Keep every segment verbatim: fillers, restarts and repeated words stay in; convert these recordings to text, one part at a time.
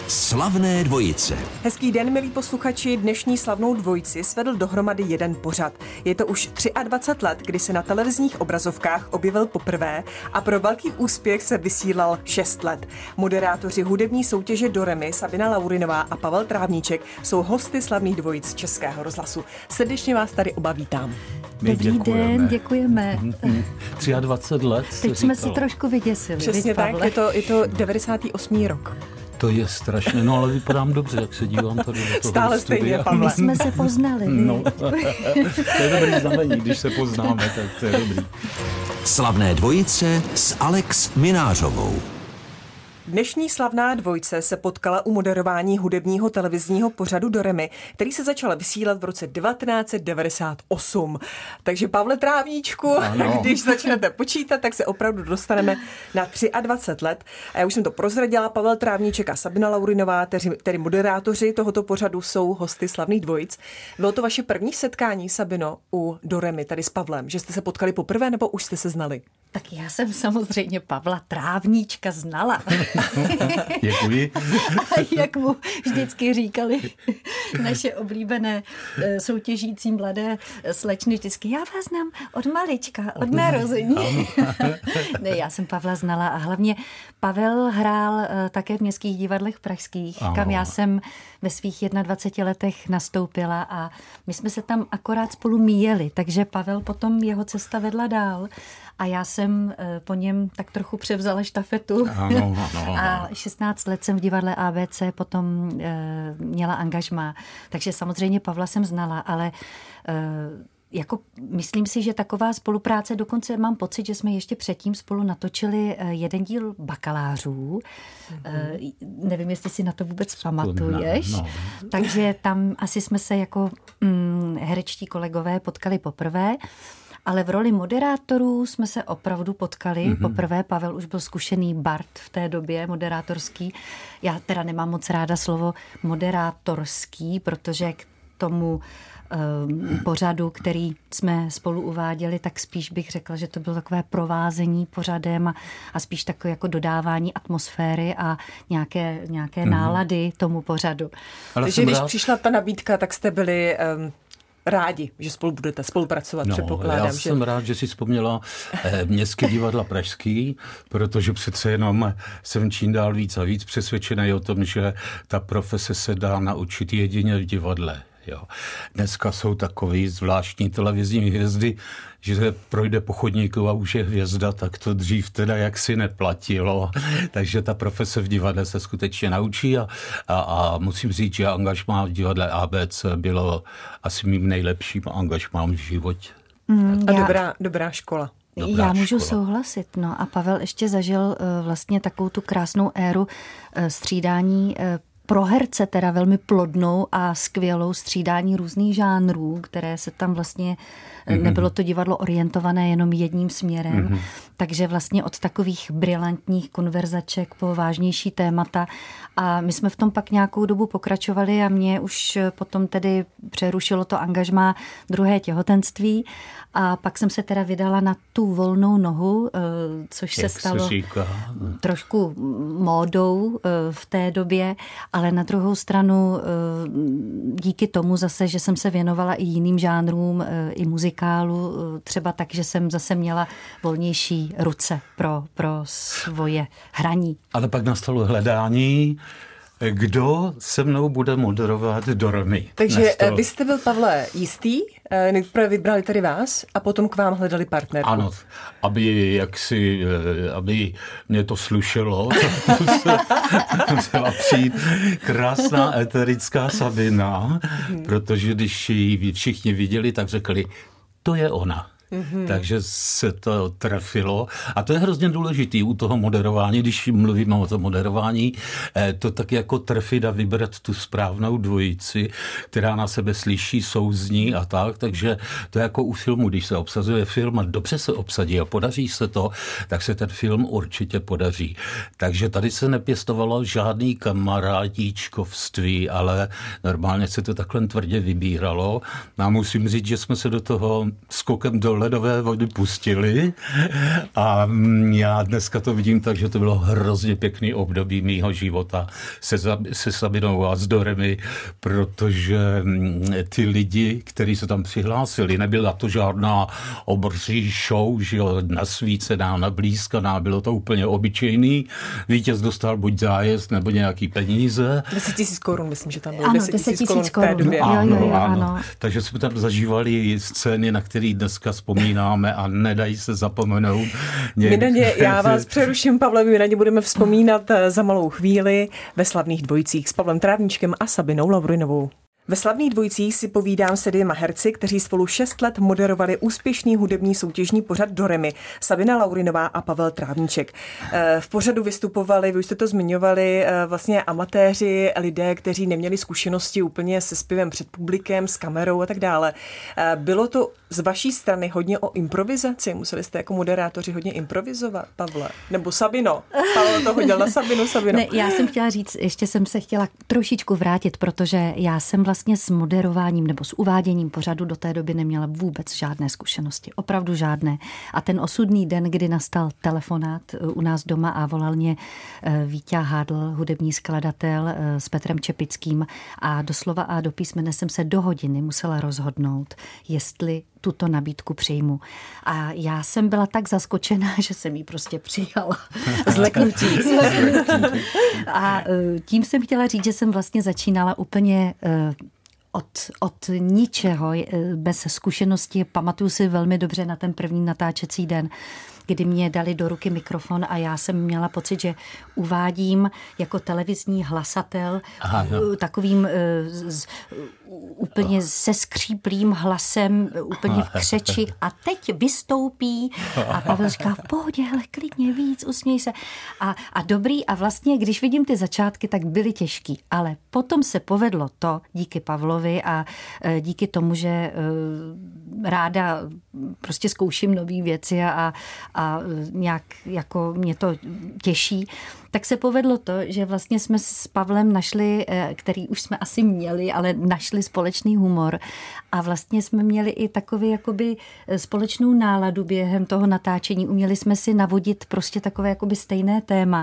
Slavné dvojice. Hezký den, milí posluchači. Dnešní slavnou dvojici svedl dohromady jeden pořad. Je to už dvacet tři let, kdy se na televizních obrazovkách objevil poprvé a pro velký úspěch se vysílal šest let. Moderátoři hudební soutěže Do Re Mi, Sabina Laurinová a Pavel Trávníček, jsou hosty slavných dvojic Českého rozhlasu. Srdečně vás tady oba vítám. My Dobrý děkujeme. den, děkujeme. dvacet tři let. Teď jsme se trošku vyděsili. Přesně tak, je to, je to devadesátý osmý rok. To je strašné, no ale vypadám dobře, jak se dívám tady do toho Stále studia. stejně, Pavle. My jsme se poznali. No, to je dobrý znamení, když se poznáme, tak to je dobrý. Slavné dvojice s Alex Minářovou. Dnešní slavná dvojice se potkala u moderování hudebního televizního pořadu Do Re Mi, který se začal vysílat v roce devatenáct set devadesát osm. Takže Pavle Trávníčku, ano. Když začnete počítat, tak se opravdu dostaneme na dvacet tři let. A já už jsem to prozradila, Pavel Trávníček a Sabina Laurinová, tedy, tedy moderátoři tohoto pořadu, jsou hosty slavných dvojic. Bylo to vaše první setkání, Sabino, u Do Re Mi, tady s Pavlem, že jste se potkali poprvé, nebo už jste se znali? Tak já jsem samozřejmě Pavla Trávníčka znala. Děkuji. A jak mu vždycky říkali naše oblíbené soutěžící mladé slečny vždycky, já vás znám od malička, od narození. Ne, já jsem Pavla znala a hlavně Pavel hrál také v městských divadlech pražských, ano. Kam já jsem ve svých dvaceti jedné letech nastoupila a my jsme se tam akorát spolu míjeli, takže Pavel potom jeho cesta vedla dál. A já jsem po něm tak trochu převzala štafetu. Ano, ano, ano. A šestnáct let jsem v divadle A B C potom e, měla angažmá. Takže samozřejmě Pavla jsem znala, ale e, jako myslím si, že taková spolupráce, dokonce mám pocit, že jsme ještě předtím spolu natočili jeden díl Bakalářů. Mm-hmm. E, nevím, jestli si na to vůbec pamatuješ. No. Takže tam asi jsme se jako mm, herečtí kolegové potkali poprvé. Ale v roli moderátorů jsme se opravdu potkali. Mm-hmm. Poprvé Pavel už byl zkušený bard v té době, moderátorský. Já teda nemám moc ráda slovo moderátorský, protože k tomu um, pořadu, který jsme spolu uváděli, tak spíš bych řekla, že to bylo takové provázení pořadem a, a spíš takové jako dodávání atmosféry a nějaké, nějaké mm-hmm. nálady tomu pořadu. Ale takže když rád... přišla ta nabídka, tak jste byli... Um... rádi, že spolu budete spolupracovat, no, předpokládám. Já jsem že... rád, že si vzpomněla eh, Městské divadla pražský, protože přece jenom jsem čím dál víc a víc přesvědčený o tom, že ta profese se dá naučit jedině v divadle. Jo. Dneska jsou takový zvláštní televizní hvězdy, že se projde po chodníku a už je hvězda, tak to dřív teda jaksi neplatilo. Takže ta profese v divadle se skutečně naučí a, a, a musím říct, že angažmá v divadle A B C bylo asi mým nejlepším angažmám v životě. Mm, a já... dobrá, dobrá škola. Dobrá Já můžu škola. souhlasit. No a Pavel ještě zažil uh, vlastně takovou tu krásnou éru uh, střídání uh, pro herce teda velmi plodnou a skvělou střídání různých žánrů, které se tam vlastně, mm-hmm. nebylo to divadlo orientované jenom jedním směrem, mm-hmm. takže vlastně od takových brilantních konverzaček po vážnější témata a my jsme v tom pak nějakou dobu pokračovali a mě už potom tedy přerušilo to angažmá druhé těhotenství a pak jsem se teda vydala na tu volnou nohu, což Jak se stalo se trošku módou v té době, ale na druhou stranu díky tomu zase, že jsem se věnovala i jiným žánrům, i muzikálu, třeba tak, že jsem zase měla volnější ruce pro, pro svoje hraní. Ale pak nastalo hledání, kdo se mnou bude moderovat Do Re Mi. Takže Nastalo. Vy jste byl, Pavle, jistý? Nejprve vybrali tady vás a potom k vám hledali partnerku. Ano, aby jaksi, aby mě to slušelo, musela přijít krásná eterická Sabina, hmm. protože když ji všichni viděli, tak řekli, to je ona. Mm-hmm. Takže se to trefilo. A to je hrozně důležitý u toho moderování, když mluvíme o tom moderování, to tak jako trefit a vybrat tu správnou dvojici, která na sebe slyší, souzní a tak. Takže to je jako u filmu, když se obsazuje film a dobře se obsadí a podaří se to, tak se ten film určitě podaří. Takže tady se nepěstovalo žádný kamarádíčkovství, ale normálně se to takhle tvrdě vybíralo. A musím říct, že jsme se do toho skokem dolů ledové vody pustili a já dneska to vidím tak, že to bylo hrozně pěkný období mýho života se, se Sabinou a s Doremi, protože ty lidi, kteří se tam přihlásili, nebyla to žádná obří show, že jo, nasvícená, nablízkaná, bylo to úplně obyčejný. Vítěz dostal buď zájezd nebo nějaký peníze. deset tisíc korun, myslím, že tam bylo. Ano, deset tisíc korun v té době. No, ano, jo, jo, ano. ano. Takže jsme tam zažívali scény, na které dneska vzpomínáme a nedají se zapomenout. My na ně, já vás přeruším, Pavle, my na ně budeme vzpomínat za malou chvíli ve Slavných dvojicích s Pavlem Trávníčkem a Sabinou Laurinovou. Ve Slavných dvojicích si povídám se dvěma herci, kteří spolu šest let moderovali úspěšný hudební soutěžní pořad Doremi, Sabina Laurinová a Pavel Trávníček. V pořadu vystupovali, vy už jste to zmiňovali, vlastně amatéři, lidé, kteří neměli zkušenosti úplně se zpěvem před publikem, s kamerou a tak dále. Bylo to z vaší strany hodně o improvizaci? Museli jste jako moderátoři hodně improvizovat, Pavle? Nebo Sabino? Pavel to hodil na Sabinu, Sabino. Ne, já jsem chtěla říct, ještě jsem se chtěla trošičku vrátit, protože já jsem vlastně Vlastně s moderováním nebo s uváděním pořadu do té doby neměla vůbec žádné zkušenosti. Opravdu žádné. A ten osudný den, kdy nastal telefonát u nás doma a volal mě Víťa Hádl, hudební skladatel s Petrem Čepickým a doslova a do písmene jsem se do hodiny musela rozhodnout, jestli tuto nabídku přijmu. A já jsem byla tak zaskočená, že jsem ji prostě přijala. Zleknutí. A tím jsem chtěla říct, že jsem vlastně začínala úplně Od, od ničeho, bez zkušenosti. Pamatuju si velmi dobře na ten první natáčecí den, kdy mě dali do ruky mikrofon a já jsem měla pocit, že uvádím jako televizní hlasatel. Aha, no. takovým z, úplně se skříplým hlasem, úplně v křeči a teď vystoupí a Pavel říká, v pohodě, hele, klidně víc, usměj se. A, a dobrý a vlastně, když vidím ty začátky, tak byly těžký, ale potom se povedlo to, díky Pavlovi a díky tomu, že ráda prostě zkouším nové věci a, a nějak jako mě to těší, tak se povedlo to, že vlastně jsme s Pavlem našli, který už jsme asi měli, ale našli společný humor a vlastně jsme měli i takový jakoby společnou náladu během toho natáčení. Uměli jsme si navodit prostě takové jakoby stejné téma.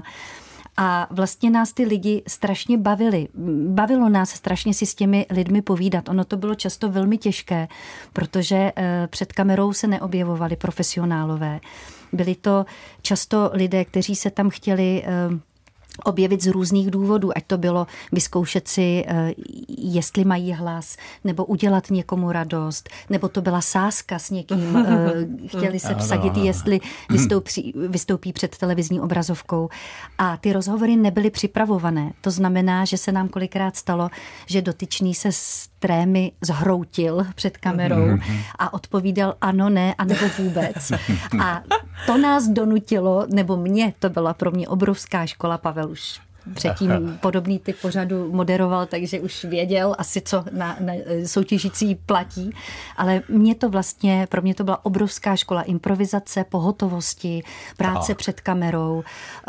A vlastně nás ty lidi strašně bavili. Bavilo nás strašně si s těmi lidmi povídat. Ono to bylo často velmi těžké, protože před kamerou se neobjevovali profesionálové. Byli to často lidé, kteří se tam chtěli objevit z různých důvodů, ať to bylo vyzkoušet si, jestli mají hlas, nebo udělat někomu radost, nebo to byla sázka s někým, chtěli se vsadit, jestli vystoupí, vystoupí před televizní obrazovkou. A ty rozhovory nebyly připravované. To znamená, že se nám kolikrát stalo, že dotyčný se s trémy zhroutil před kamerou a odpovídal ano, ne, anebo vůbec. A to nás donutilo, nebo mě, to byla pro mě obrovská škola. Pavel už předtím podobný typ pořadu moderoval, takže už věděl asi, co na, na soutěžící platí. Ale mě to vlastně, pro mě to byla obrovská škola improvizace, pohotovosti, práce tak. před kamerou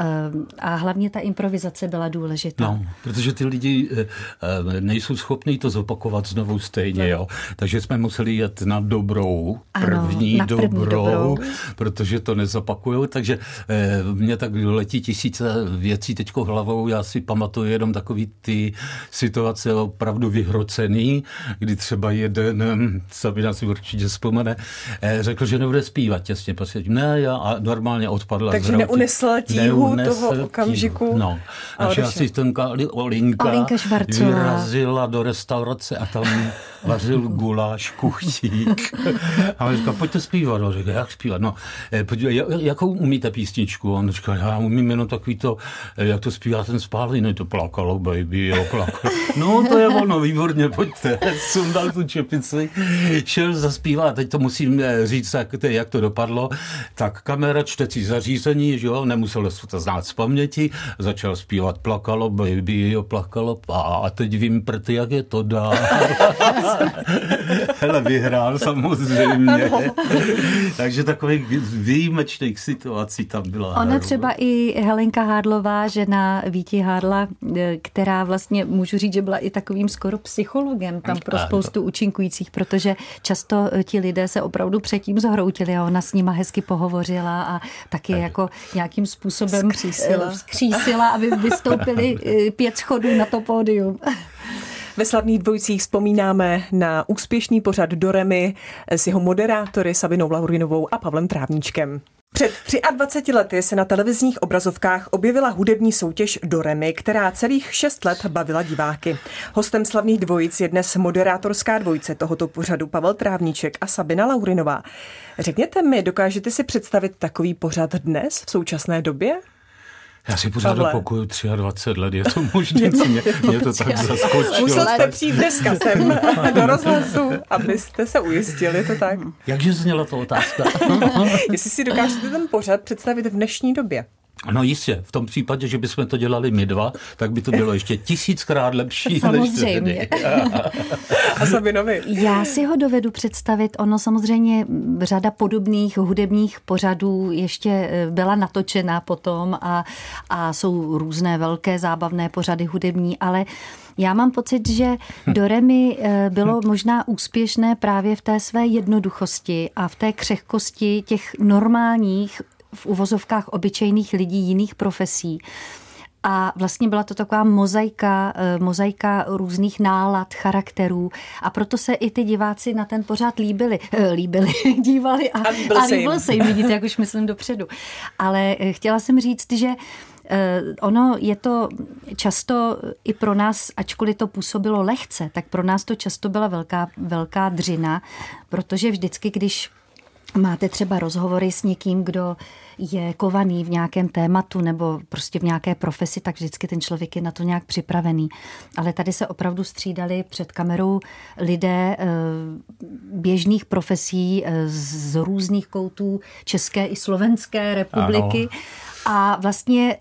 a hlavně ta improvizace byla důležitá. No, protože ty lidi nejsou schopní to zopakovat znovu stejně, jo. Takže jsme museli jet na dobrou, první, ano, na první dobrou, dobrou, protože to nezopakujou. Takže mě tak letí tisíce věcí teďko hlavou. Já si pamatuju jenom takový ty situace opravdu vyhrocený, kdy třeba jeden, Sabina si určitě vzpomene, řekl, že nebude zpívat těsně po světě. Ne, já a normálně odpadla. Takže neunesl tíhu toho okamžiku. Tíhu. No. Naše asistentka Olinka, Olinka vyrazila do restaurace a tam vařil guláš, kuchtík. A on říkal, pojďte zpívat. On říkal, jak zpívat? No, podívej, jakou umíte písničku? On říkal, já umím jenom takový to, jak to zpívá ten Spálný, no to plakalo, baby, jo, plakalo. No, to je ono, výborně, pojďte. Sundal tu čepici, šel zaspívat. Teď to musím říct, jak, jak to dopadlo. Tak kamera, čtecí zařízení, že jo, nemusel to znát z paměti, začal zpívat plakalo, baby, jo, plakalo. A teď vím prty, jak je to dál. Hele, vyhrál samozřejmě. Takže takových výjimečných situací tam byla. Ona třeba i Helenka Hádlová, žena Víti Hádla, která vlastně, můžu říct, že byla i takovým skoro psychologem tam pro spoustu účinkujících, protože často ti lidé se opravdu předtím zhroutili a ona s nima hezky pohovořila a taky jako nějakým způsobem Vzkřísila. vzkřísila, aby vystoupili pět schodů na to pódium. Ve Slavných dvojicích vzpomínáme na úspěšný pořad Do re mi s jeho moderátory Sabinou Laurinovou a Pavlem Trávníčkem. Před dvaceti třemi lety se na televizních obrazovkách objevila hudební soutěž Do re mi, která celých šest let bavila diváky. Hostem Slavných dvojic je dnes moderátorská dvojice tohoto pořadu Pavel Trávníček a Sabina Laurinová. Řekněte mi, dokážete si představit takový pořad dnes v současné době? Já si pořád opakuju dvacet tři let, je to možné, mě, mě to tak zaskočilo. Musel jste přijít dneska sem do rozhlasu, abyste se ujistili, to tak? Jakže zněla to otázka? Jestli si dokážete ten pořad představit v dnešní době? No jistě, v tom případě, že bychom to dělali my dva, tak by to bylo ještě tisíckrát lepší. Samozřejmě. A Sabinovi? Já si ho dovedu představit, ono samozřejmě řada podobných hudebních pořadů ještě byla natočena potom a, a jsou různé velké zábavné pořady hudební, ale já mám pocit, že Do re mi bylo možná úspěšné právě v té své jednoduchosti a v té křehkosti těch normálních v uvozovkách obyčejných lidí jiných profesí. A vlastně byla to taková mozaika, mozaika různých nálad, charakterů a proto se i ty diváci na ten pořád líbili, líbili, dívali a, a líbil, a líbil se jim, vidíte, jak už myslím dopředu. Ale chtěla jsem říct, že ono je to často i pro nás, ačkoliv to působilo lehce, tak pro nás to často byla velká, velká dřina, protože vždycky, když máte třeba rozhovory s někým, kdo je kovaný v nějakém tématu nebo prostě v nějaké profesi, tak vždycky ten člověk je na to nějak připravený. Ale tady se opravdu střídali před kamerou lidé běžných profesí z různých koutů České i Slovenské republiky. Ano. A vlastně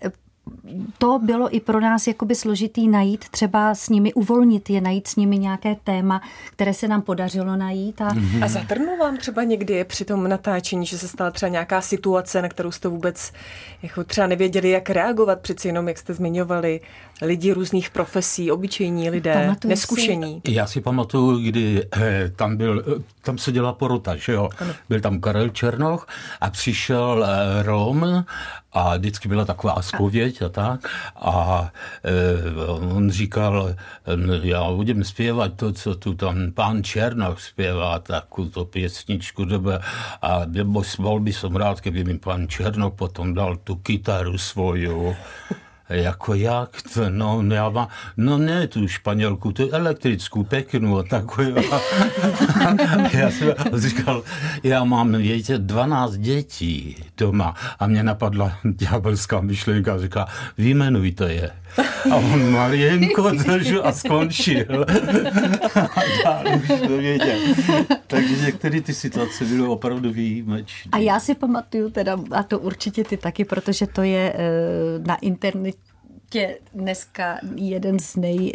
to bylo i pro nás jakoby složitý najít, třeba s nimi uvolnit je, najít s nimi nějaké téma, které se nám podařilo najít. A, mm-hmm. a zatrnul vám třeba někdy při tom natáčení, že se stala třeba nějaká situace, na kterou jste vůbec jako třeba nevěděli, jak reagovat, přeci jenom, jak jste zmiňovali, lidi různých profesí, obyčejní lidé, Pamatuji neskušení. Si. Já si pamatuju, kdy eh, tam byl, tam se dělala porota, že jo? Ano. Byl tam Karel Černoch a přišel eh, Rom a vždycky byla taková zpověď a tak. A e, on říkal, já budem zpěvat to, co tu tam pán Černoch zpěvá, takovou to pěsničku dobe. A nebo bol by som rád, keby mi pán Černoch potom dal tu kytaru svoju. Jako jak to? No, já má, no ne tu španělku, tu elektrickou, pěknou, takovou. Já jsem říkal, já mám, víte, dvanáct dětí doma a mě napadla ďábelská myšlenka a říká, vyjmenujte je. A on Marienko držu a skončil. A už to věděl. Takže některé ty situace byly opravdu výjimečné. A já si pamatuju teda, a to určitě ty taky, protože to je na internetu dneska jeden z nej,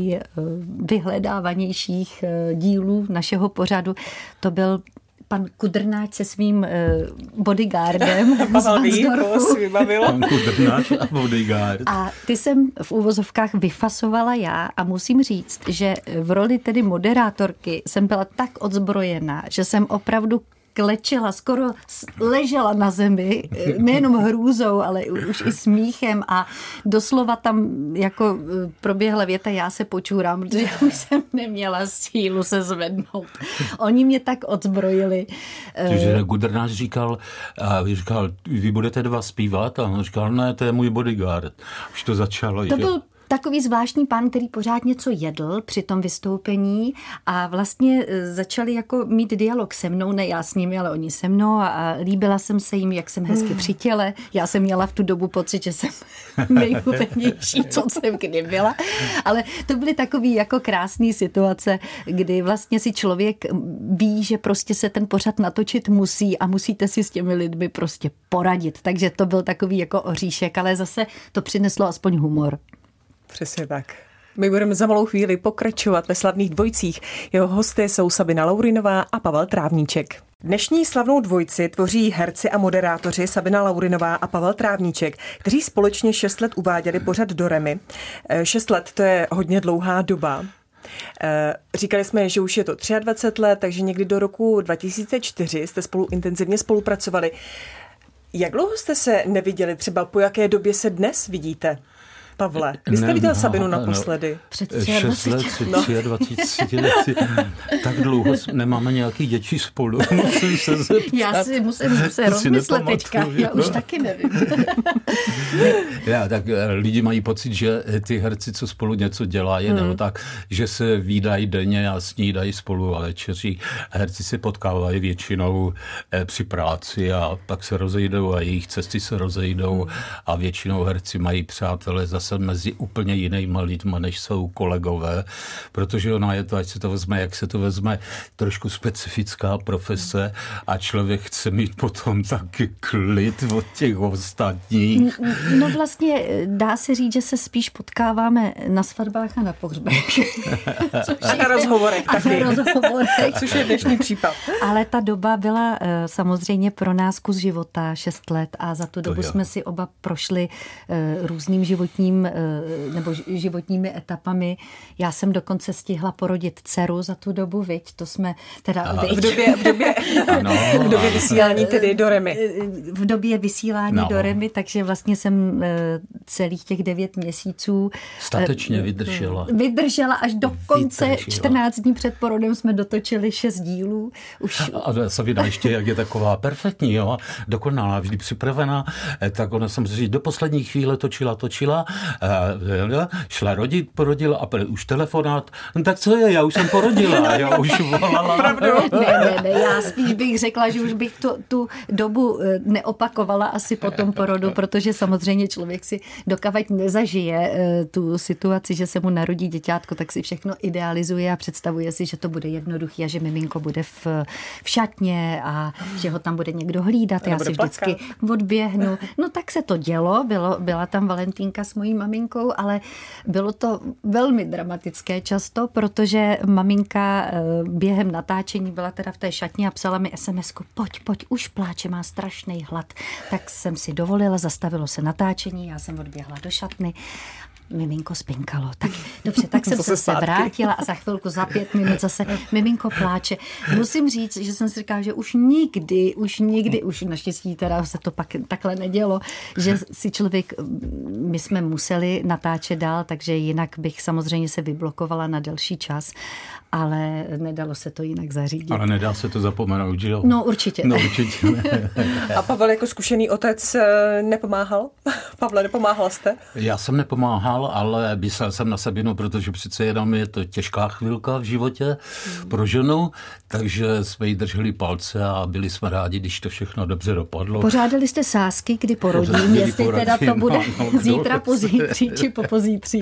nejvyhledávanějších dílů našeho pořadu. To byl pan Kudrnáč se svým bodyguardem z Vansdorfu. Pan Kudrnáč a bodyguard. A ty jsem v úvozovkách vyfasovala já a musím říct, že v roli tedy moderátorky jsem byla tak odzbrojená, že jsem opravdu klečela, skoro ležela na zemi, nejenom hrůzou, ale už i smíchem a doslova tam jako proběhla věta, já se počůrám, protože už jsem neměla sílu se zvednout. Oni mě tak odzbrojili. Takže Gudrnář říkal, říkal, vy budete dva zpívat? A on říkal, ne, to je můj bodyguard. Už to začalo. To byl takový zvláštní pán, který pořád něco jedl při tom vystoupení a vlastně začali jako mít dialog se mnou, ne já s nimi, ale oni se mnou a líbila jsem se jim, jak jsem hezky při těle. Já jsem měla v tu dobu pocit, že jsem nejhubenější, co jsem kdy byla. Ale to byly takový jako krásné situace, kdy vlastně si člověk ví, že prostě se ten pořad natočit musí a musíte si s těmi lidmi prostě poradit. Takže to byl takový jako oříšek, ale zase to přineslo aspoň humor. Přesně tak. My budeme za malou chvíli pokračovat ve slavných dvojicích. Jeho hosty jsou Sabina Laurinová a Pavel Trávníček. Dnešní slavnou dvojici tvoří herci a moderátoři Sabina Laurinová a Pavel Trávníček, kteří společně šest let uváděli pořad do Remy. Šest let to je hodně dlouhá doba. Říkali jsme, že už je to dvacet tři let, takže někdy do roku dva tisíce čtyři jste spolu intenzivně spolupracovali. Jak dlouho jste se neviděli? Třeba po jaké době se dnes vidíte? Pavle, kdy jste ne, viděl Sabinu no, naposledy? No, před šest let, dvacet tři let. Tak dlouho nemáme nějaký děti spolu. Musím se zeptat. Já si musím se rozmyslet teďka. Já už taky nevím. Já, tak lidi mají pocit, že ty herci, co spolu něco dělají, hmm. nebo tak, že se vídají denně a snídají spolu a večeří. Herci se potkávají většinou při práci a pak se rozejdou a jejich cesty se rozejdou hmm. a většinou herci mají přátelé zase mezi úplně jinýma lidma, než jsou kolegové, protože ona je to, ať se to vezme, jak se to vezme, trošku specifická profese a člověk chce mít potom taky klid od těch ostatních. No vlastně dá se říct, že se spíš potkáváme na svatbách a na pohřbech. A na rozhovorech taky. A na rozhovorech. Což je dnešní případ. Ale ta doba byla samozřejmě pro nás kus života, šest let a za tu dobu jsme si oba prošli různým životním nebo životními etapami. Já jsem dokonce stihla porodit dceru za tu dobu, viď? To jsme teda... V době, v době, ano, v době vysílání tedy do Remy. V době vysílání no. do Remy, takže vlastně jsem celých těch devět měsíců... Statečně vydržela. Vydržela až do konce. Vydržela. čtrnáct dní před porodem jsme dotočili šest dílů. Už... A Sabina ještě, jak je taková perfektní, jo? Dokonalá, vždy připravená, tak ona samozřejmě do poslední chvíle točila, točila, šla rodit, porodila a už telefonát. No tak co je, já už jsem porodila, já už volala. Pravdu? Ne, ne, ne, já spíš bych řekla, že už bych to, tu dobu neopakovala asi po tom porodu, protože samozřejmě člověk si dokavať nezažije tu situaci, že se mu narodí děťátko, tak si všechno idealizuje a představuje si, že to bude jednoduchý a že miminko bude v, v šatně a že ho tam bude někdo hlídat. Já si vždycky odběhnu. No tak se to dělo, bylo, byla tam Valentínka s mojí maminkou, ale bylo to velmi dramatické často, protože maminka během natáčení byla teda v té šatně a psala mi es em esku, pojď, pojď, už pláče, má strašný hlad. Tak jsem si dovolila, zastavilo se natáčení, já jsem odběhla do šatny. Miminko spinkalo. Tak dobře, tak jsem se, se vrátila a za chvilku, za pět minut zase miminko pláče. Musím říct, že jsem si říkala, že už nikdy, už nikdy, už naštěstí teda se to pak takhle nedělo, že si člověk, my jsme museli natáčet dál, takže jinak bych samozřejmě se vyblokovala na delší čas, ale nedalo se to jinak zařídit. Ale nedá se to zapomenout, že jo? No určitě. No určitě ne. A Pavel jako zkušený otec nepomáhal? Pavle, nepomáhal jste? Já jsem nepomáhal, ale myslel jsem na Sabinu, protože přece jenom je to těžká chvilka v životě hmm. pro ženu, takže jsme jí drželi palce a byli jsme rádi, když to všechno dobře dopadlo. Pořádali jste sázky, kdy porodím, Pořádali jestli porodím, teda to bude no, no, zítra, pozítří či popozítří.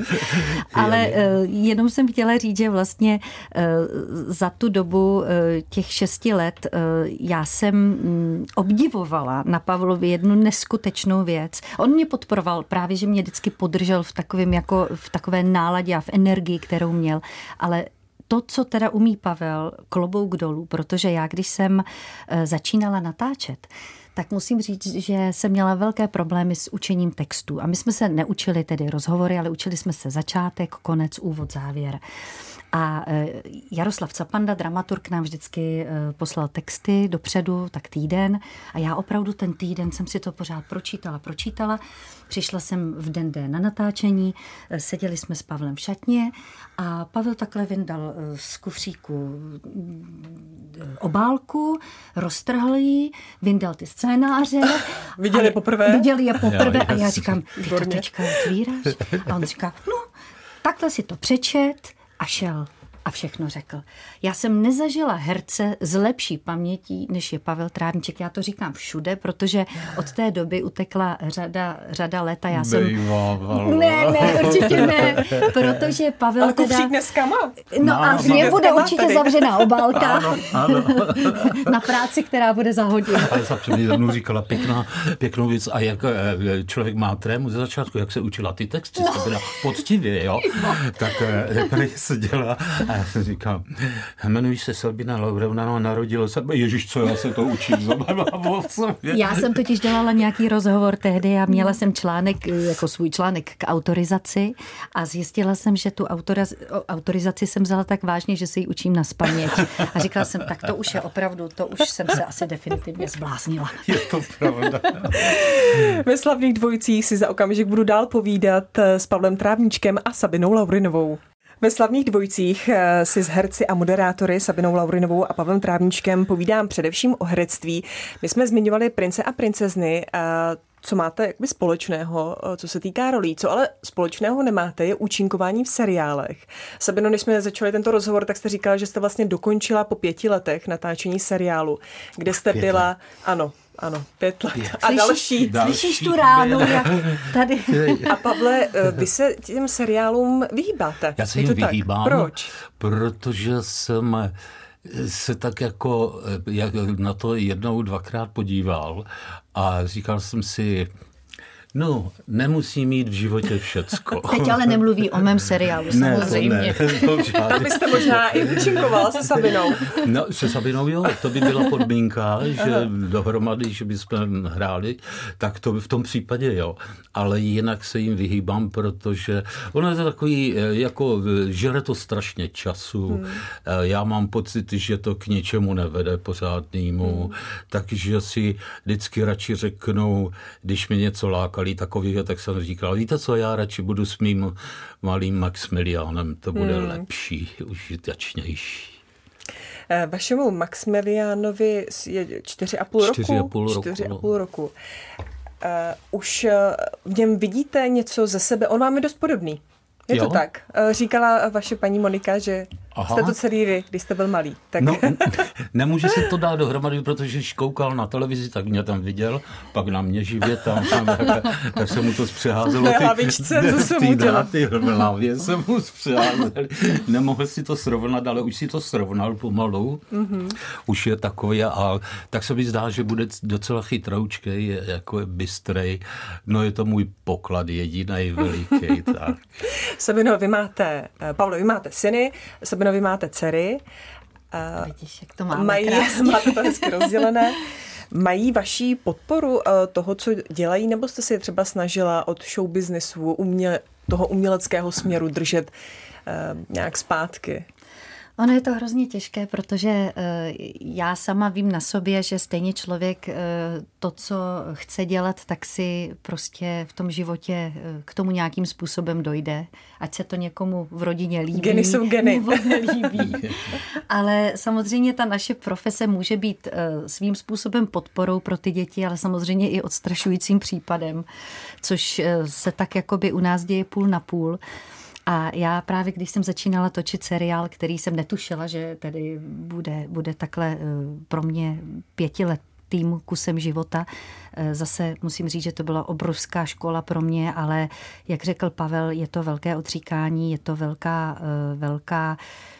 Ale uh, jenom jsem chtěla říct, že vlastně uh, za tu dobu uh, těch šesti let uh, já jsem um, obdivovala na Pavlovi jednu neskutečnou věc. On mě podporoval právě, že mě vždycky podržel v takovém jako v takové náladě a v energii, kterou měl, ale to, co teda umí Pavel, klobouk dolů, protože já, když jsem začínala natáčet, tak musím říct, že jsem měla velké problémy s učením textů. A my jsme se neučili tedy rozhovory, ale učili jsme se začátek, konec, úvod, závěr. A Jaroslav Capanda, dramaturg, nám vždycky poslal texty dopředu, tak týden. A já opravdu ten týden jsem si to pořád pročítala, pročítala. Přišla jsem v den D na natáčení, seděli jsme s Pavlem v šatně a Pavel takhle vyndal z kufříku obálku, roztrhl ji, vyndal ty scénáře. Viděli je poprvé? Viděli je poprvé já, a já říkám, ty to teďka otvíráš? A on říká, no, takhle si to přečet a šel. a všechno řekl. Já jsem nezažila herce z lepší pamětí, než je Pavel Trávníček. Já to říkám všude, protože od té doby utekla řada, řada let a já jsem... Bejvávala. Ne, ne, určitě ne, protože Pavel Ale teda... kufřík dneska má. No a v něm bude určitě tady zavřená obálka Ano, ano. na práci, která bude za hodinu. Ale zapřed mi jednou říkala pěkná, pěknou věc a jak eh, člověk má trému ze začátku, jak se učila ty texty, no. Teda poctivě, jo, tak eh, tady se dělá a já jsem říkal, jmenuji se Sabina Laurenová, narodila se, ježiš, co já se to učím. Já jsem totiž dělala nějaký rozhovor tehdy a měla jsem článek, jako svůj článek k autorizaci a zjistila jsem, že tu autoriz- autorizaci jsem vzala tak vážně, že se ji učím nazpaměť. A říkala jsem, tak to už je opravdu, to už jsem se asi definitivně zbláznila. Je to pravda. Ve Slavných dvojicích si za okamžik budu dál povídat s Pavlem Trávníčkem a Sabinou Laurinovou. Ve Slavných dvojicích si s herci a moderátory Sabinou Laurinovou a Pavlem Trávníčkem povídám především o herectví. My jsme zmiňovali Prince a princezny. Co máte jakoby společného, co se týká rolí? Co ale společného nemáte, je účinkování v seriálech. Sabino, než jsme začali tento rozhovor, tak jste říkala, že jste vlastně dokončila po pěti letech natáčení seriálu, kde jste byla... Let. Ano, ano, pět let. A další. Další. Slyšíš tu ránu, jak tady. A Pavle, vy se těm seriálům vyhýbáte. Já se jim vyhýbám. Proč? Protože jsem se tak jako jak na to jednou, dvakrát podíval a říkal jsem si, no, nemusí mít v životě všecko. Teď ale nemluví o mém seriálu, samozřejmě. Ne, to ne, to Tam byste možná i účinkoval se Sabinou. No, se Sabinou jo, to by byla podmínka, že dohromady, že bychom hráli, tak to by v tom případě jo. Ale jinak se jim vyhýbám, protože ono je to takový, jako žere to strašně času. Hmm. Já mám pocit, že to k ničemu nevede pořádnému, hmm. takže si vždycky radši řeknou, když mi něco láká, takovýho, tak jsem říkal, víte co, já radši budu s mým malým Maximiliánem, to bude hmm. lepší, užitečnější. Vašemu Maximiliánovi je čtyři a půl roku. Čtyři a půl roku. Čtyři a půl roku. Uh, už v něm vidíte něco ze sebe? On vám je dost podobný. Je jo? To tak? Říkala vaše paní Monika, že Aha. jste to celý vy, když jste byl malý. Tak... No, nemůže se to dát dohromady, protože když koukal na televizi, tak mě tam viděl, pak na mě živě tam, tam tak, tak se mu to zpřeházelo. Ty hlavičce, co se mu dělá. Ty hlavě se mu zpřeházely. Nemohl si to srovnat, ale už si to srovnal pomalu. Mm-hmm. Už je takový a tak se mi zdá, že bude docela chytroučkej, jako je bystrej. No je to můj poklad jedinej veliký. Tak. Sabino, vy máte, Pavle, vy máte syny, Sabino, vy máte dcery. Vidíš, jak to máme mají, máte to hezky rozdělené. Mají vaší podporu toho, co dělají, nebo jste si je třeba snažila od show businessu, uměle, toho uměleckého směru držet uh, nějak zpátky? Ono je to hrozně těžké, protože já sama vím na sobě, že stejně člověk to, co chce dělat, tak si prostě v tom životě k tomu nějakým způsobem dojde. Ať se to někomu v rodině líbí. Geny jsou geny. Nebo nelíbí. Ale samozřejmě ta naše profese může být svým způsobem podporou pro ty děti, ale samozřejmě i odstrašujícím případem, což se tak jakoby u nás děje půl na půl. A já právě, když jsem začínala točit seriál, který jsem netušila, že tedy bude, bude takhle pro mě pětiletým kusem života, zase musím říct, že to byla obrovská škola pro mě, ale jak řekl Pavel, je to velké odříkání, je to velká, velká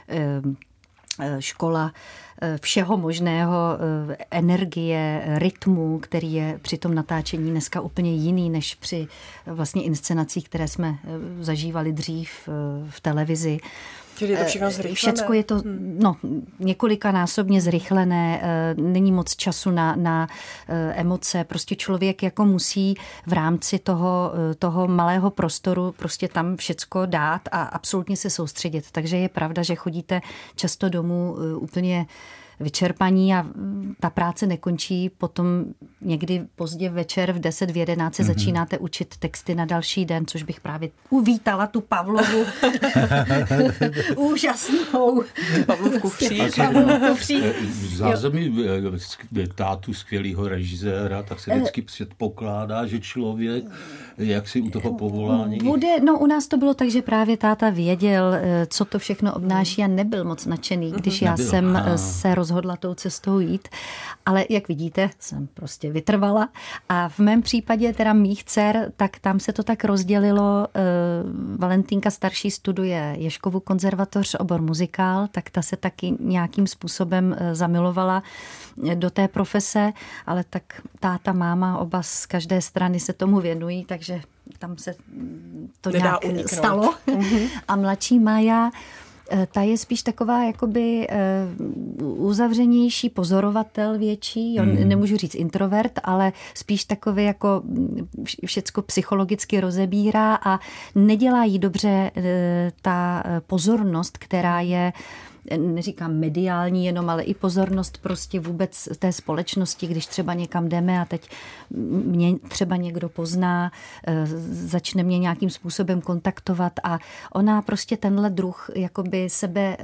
škola všeho možného, energie, rytmu, který je při tom natáčení dneska úplně jiný, než při vlastně inscenacích, které jsme zažívali dřív v televizi. Je to všechno zrychlené. Všecko je to no, několikanásobně zrychlené, není moc času na, na emoce, prostě člověk jako musí v rámci toho, toho malého prostoru prostě tam všecko dát a absolutně se soustředit. Takže je pravda, že chodíte často domů úplně vyčerpaní a ta práce nekončí, potom někdy pozdě večer v deset, v jedenáct se mm-hmm. začínáte učit texty na další den, což bych právě uvítala tu Pavlovu úžasnou Pavlovku Kufřík. V zázemí tátu skvělého režiséra, tak se vždycky předpokládá, že člověk jak si u toho povolání. Bude, no u nás to bylo tak, že právě táta věděl, co to všechno obnáší a nebyl moc nadšený, když já nebyl. jsem a. se rozhodla tou cestou jít. Ale jak vidíte, jsem prostě vytrvala. A v mém případě teda mých dcer, tak tam se to tak rozdělilo. Valentínka starší studuje Ježkovu konzervatoř, obor muzikál, tak ta se taky nějakým způsobem zamilovala do té profese, ale tak táta, máma, oba z každé strany se tomu věnují, takže tam se to Nedá nějak uniknout. stalo. A mladší Maja, ta je spíš taková jakoby uzavřenější pozorovatel větší, jo, mm. nemůžu říct introvert, ale spíš takový jako všecko psychologicky rozebírá a nedělá jí dobře ta pozornost, která je, neříkám mediální jenom, ale i pozornost prostě vůbec té společnosti, když třeba někam jdeme a teď mě třeba někdo pozná, začne mě nějakým způsobem kontaktovat a ona prostě tenhle druh jakoby sebe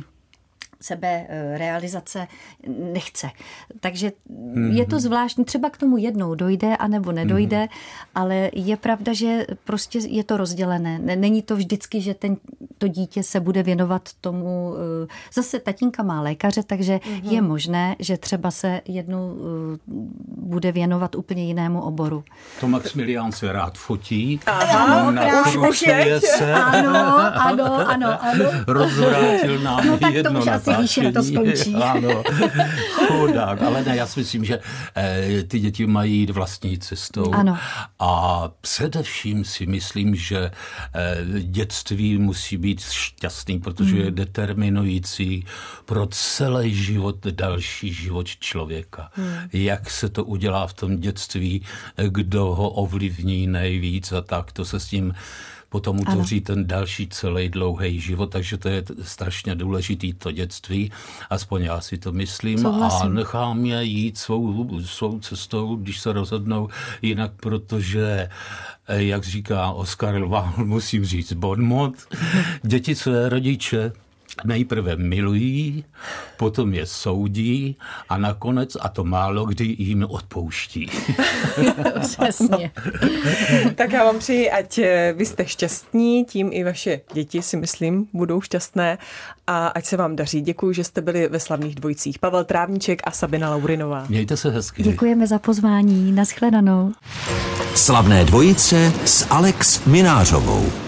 sebe realizace nechce. Takže je to zvláštní, třeba k tomu jednou dojde, anebo nedojde, mm. ale je pravda, že prostě je to rozdělené. Není to vždycky, že ten, to dítě se bude věnovat tomu. Zase tatínka má lékaře, takže mm. je možné, že třeba se jednou bude věnovat úplně jinému oboru. To Maximilián se rád fotí. Aha, nakrušuje se. Ano, ano, ano, ano. Rozvrátil nám no, tak jedno to už asi víš, jak to skončí. Ano, chudák. Ale ne, já si myslím, že eh, ty děti mají jít vlastní cestou. Ano. A především si myslím, že eh, dětství musí být šťastný, protože hmm. je determinující pro celý život, další život člověka. Hmm. Jak se to udělá v tom dětství, kdo ho ovlivní nejvíc a tak, to se s tím potom utvoří ten další celý dlouhý život, takže to je strašně důležitý to dětství, aspoň já si to myslím. Souhlasím. A nechám je jít svou, svou cestou, když se rozhodnou jinak, protože, jak říká Oskar Wilde, musím říct bonmot, děti své rodiče nejprve milují, potom je soudí a nakonec, a to málo kdy, jim odpouští. Přesně. Tak já vám přeji, ať vy jste šťastní, tím i vaše děti, si myslím, budou šťastné a ať se vám daří. Děkuji, že jste byli ve slavných dvojicích. Pavel Trávníček a Sabina Laurinová. Mějte se hezky. Děkujeme za pozvání. Naschledanou. Slavné dvojice s Alex Minářovou.